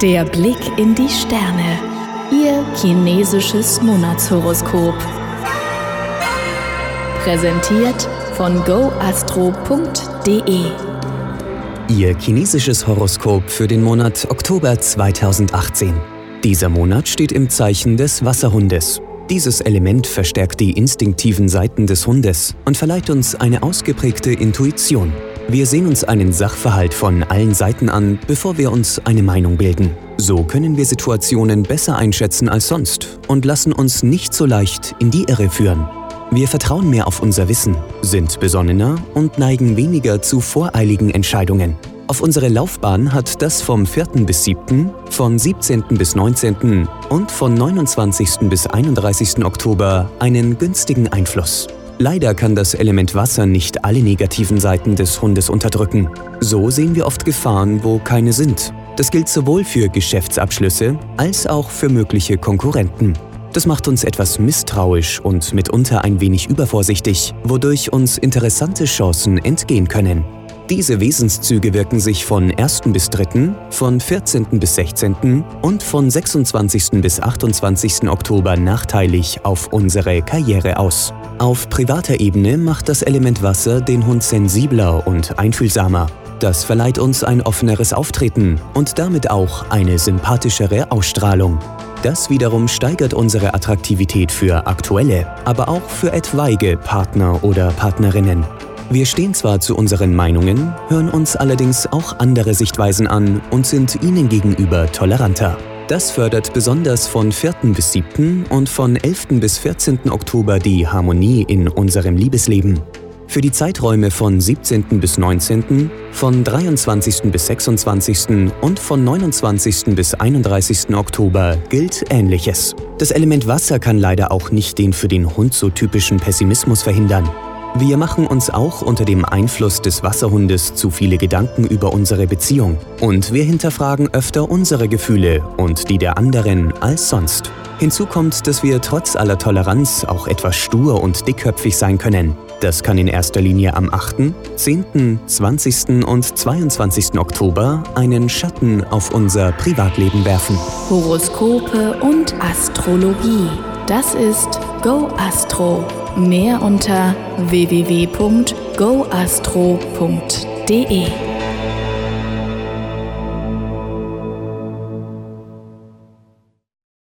Der Blick in die Sterne. Ihr chinesisches Monatshoroskop. Präsentiert von goastro.de. Ihr chinesisches Horoskop für den Monat Oktober 2018. Dieser Monat steht im Zeichen des Wasserhundes. Dieses Element verstärkt die instinktiven Seiten des Hundes und verleiht uns eine ausgeprägte Intuition. Wir sehen uns einen Sachverhalt von allen Seiten an, bevor wir uns eine Meinung bilden. So können wir Situationen besser einschätzen als sonst und lassen uns nicht so leicht in die Irre führen. Wir vertrauen mehr auf unser Wissen, sind besonnener und neigen weniger zu voreiligen Entscheidungen. Auf unsere Laufbahn hat das vom 4. bis 7., von 17. bis 19. und von 29. bis 31. Oktober einen günstigen Einfluss. Leider kann das Element Wasser nicht alle negativen Seiten des Hundes unterdrücken. So sehen wir oft Gefahren, wo keine sind. Das gilt sowohl für Geschäftsabschlüsse als auch für mögliche Konkurrenten. Das macht uns etwas misstrauisch und mitunter ein wenig übervorsichtig, wodurch uns interessante Chancen entgehen können. Diese Wesenszüge wirken sich von 1. bis 3., von 14. bis 16. und von 26. bis 28. Oktober nachteilig auf unsere Karriere aus. Auf privater Ebene macht das Element Wasser den Hund sensibler und einfühlsamer. Das verleiht uns ein offeneres Auftreten und damit auch eine sympathischere Ausstrahlung. Das wiederum steigert unsere Attraktivität für aktuelle, aber auch für etwaige Partner oder Partnerinnen. Wir stehen zwar zu unseren Meinungen, hören uns allerdings auch andere Sichtweisen an und sind ihnen gegenüber toleranter. Das fördert besonders von 4. bis 7. und von 11. bis 14. Oktober die Harmonie in unserem Liebesleben. Für die Zeiträume von 17. bis 19., von 23. bis 26. und von 29. bis 31. Oktober gilt Ähnliches. Das Element Wasser kann leider auch nicht den für den Hund so typischen Pessimismus verhindern. Wir machen uns auch unter dem Einfluss des Wasserhundes zu viele Gedanken über unsere Beziehung und wir hinterfragen öfter unsere Gefühle und die der anderen als sonst. Hinzu kommt, dass wir trotz aller Toleranz auch etwas stur und dickköpfig sein können. Das kann in erster Linie am 8., 10., 20. und 22. Oktober einen Schatten auf unser Privatleben werfen. Horoskope und Astrologie. Das ist Go Astro. Mehr unter www.goastro.de.